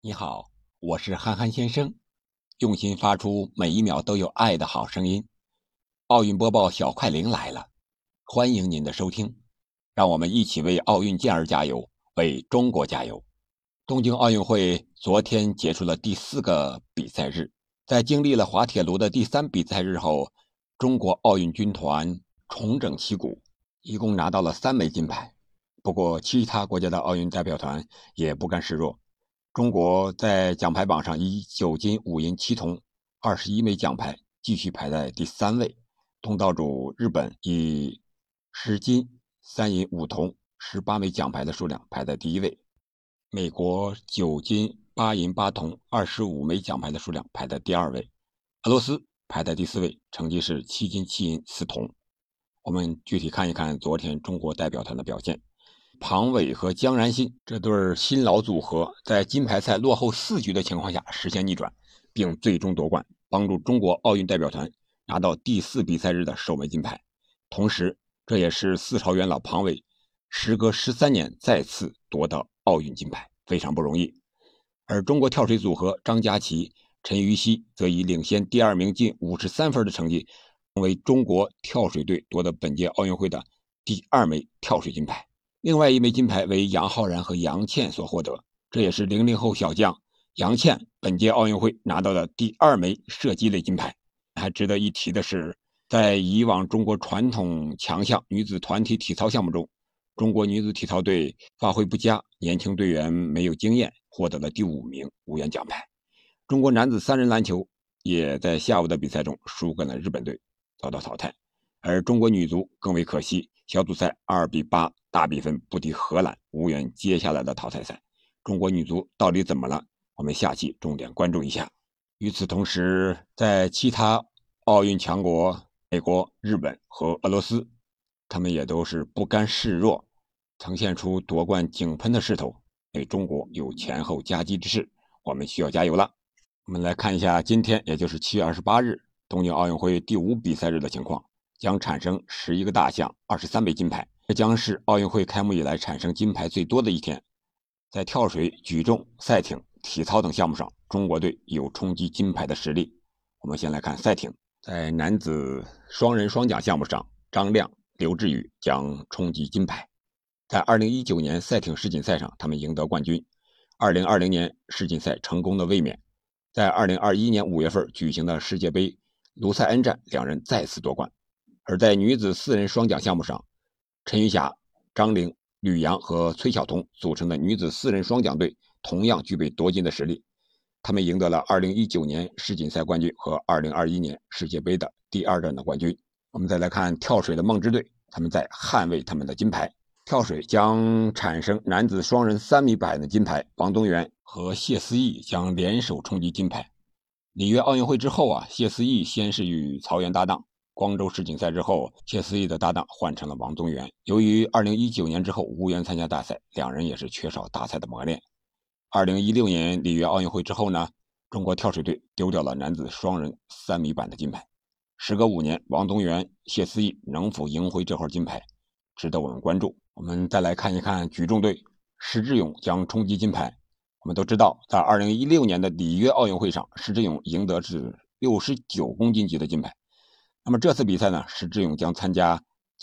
你好，我是憨憨先生，用心发出每一秒都有爱的好声音。奥运播报小快灵来了，欢迎您的收听，让我们一起为奥运健儿加油，为中国加油。东京奥运会昨天结束了第4个比赛日，在经历了滑铁卢的第3比赛日后，中国奥运军团重整旗鼓，一共拿到了3枚金牌。不过，其他国家的奥运代表团也不甘示弱。中国在奖牌榜上以9金5银7铜21枚奖牌继续排在第3位，东道主日本以10金3银5铜18枚奖牌的数量排在第1位，美国9金8银8铜25枚奖牌的数量排在第2位，俄罗斯排在第4位，成绩是7金7银4铜。我们具体看一看昨天中国代表团的表现。庞伟和江然新这对新老组合在金牌赛落后4局的情况下实现逆转，并最终夺冠，帮助中国奥运代表团拿到第4比赛日的首枚金牌。同时，这也是4朝元老庞伟时隔13年再次夺得奥运金牌，非常不容易。而中国跳水组合张家齐、陈芋汐则以领先第2名近53分的成绩，成为中国跳水队夺得本届奥运会的第2枚跳水金牌。另外1枚金牌为杨浩然和杨倩所获得，这也是00后小将杨倩本届奥运会拿到的第2枚射击类金牌。还值得一提的是，在以往中国传统强项女子团体体操项目中，中国女子体操队发挥不佳，年轻队员没有经验，获得了第5名无缘奖牌。中国男子3人篮球也在下午的比赛中输给了日本队，遭到淘汰。而中国女足更为可惜，小组赛2比8大比分不敌荷兰，无缘接下来的淘汰赛。中国女足到底怎么了？我们下期重点关注一下。与此同时，在其他奥运强国美国、日本和俄罗斯，他们也都是不甘示弱，呈现出夺冠井喷的势头，对中国有前后夹击之势。我们需要加油了。我们来看一下今天，也就是7月28日东京奥运会第5比赛日的情况，将产生11个大项，23枚金牌，这将是奥运会开幕以来产生金牌最多的一天。在跳水、举重、赛艇、体操等项目上，中国队有冲击金牌的实力。我们先来看赛艇，在男子双人双桨项目上，张亮、刘志宇将冲击金牌。在2019年赛艇世锦赛上，他们赢得冠军。2020年世锦赛成功的卫冕。在2021年5月份举行的世界杯卢塞恩站，两人再次夺冠。而在女子4人双桨项目上，陈云霞、张玲、吕阳和崔晓彤组成的女子4人双桨队同样具备夺金的实力。他们赢得了2019年世锦赛冠军和2021年世界杯的第2站的冠军。我们再来看跳水的梦之队，他们在捍卫他们的金牌。跳水将产生男子双人3米板的金牌，王东源和谢思义将联手冲击金牌。里约奥运会之后谢思义先是与曹原搭档，光州世锦赛之后，谢思义的搭档换成了王东源。由于2019年之后无缘参加大赛，两人也是缺少大赛的磨练。2016年里约奥运会之后呢，中国跳水队丢掉了男子双人3米板的金牌。时隔5年，王东源、谢思义能否赢回这块金牌，值得我们关注。我们再来看一看举重队，石智勇将冲击金牌。我们都知道，在2016年的里约奥运会上，石智勇赢得是69公斤级的金牌。那么这次比赛呢，石智勇将参加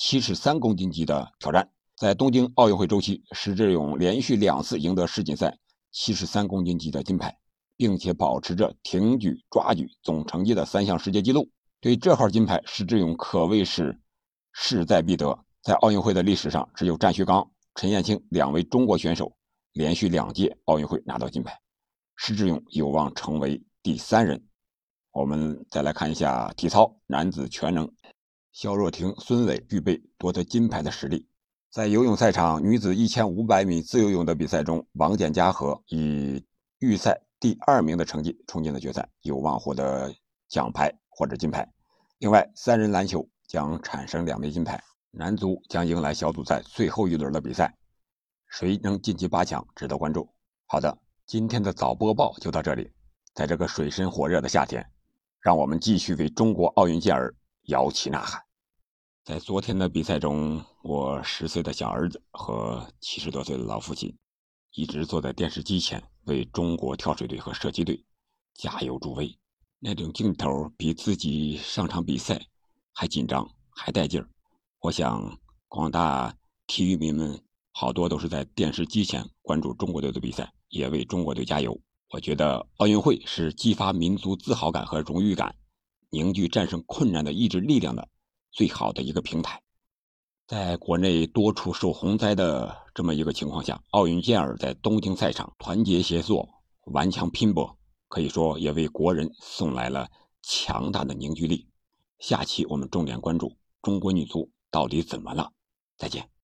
73公斤级的挑战。在东京奥运会周期，石智勇连续2次赢得世锦赛73公斤级的金牌，并且保持着挺举、抓举总成绩的3项世界纪录。对这号金牌，石智勇可谓是势在必得。在奥运会的历史上，只有战旭刚、陈燕青2位中国选手连续2届奥运会拿到金牌，石智勇有望成为第3人。我们再来看一下体操男子全能，肖若婷、孙伟具备夺得金牌的实力。在游泳赛场女子1500米自由泳的比赛中，王简嘉禾以预赛第2名的成绩冲进了决赛，有望获得奖牌或者金牌。另外3人篮球将产生2枚金牌，男足将迎来小组赛最后一轮的比赛，谁能晋级8强值得关注。好的，今天的早播报就到这里。在这个水深火热的夏天，让我们继续为中国奥运健儿摇旗呐喊。在昨天的比赛中，我10岁的小儿子和70多岁的老父亲一直坐在电视机前， 为中国跳水队和射击队加油助威。那种镜头比自己上场比赛还紧张还带劲儿。我想广大体育迷们好多都是在电视机前关注中国队的比赛，也为中国队加油。我觉得奥运会是激发民族自豪感和荣誉感，凝聚战胜困难的意志力量的最好的一个平台。在国内多处受洪灾的这么一个情况下，奥运健儿在东京赛场团结协作、顽强拼搏，可以说也为国人送来了强大的凝聚力。下期我们重点关注中国女足到底怎么了。再见。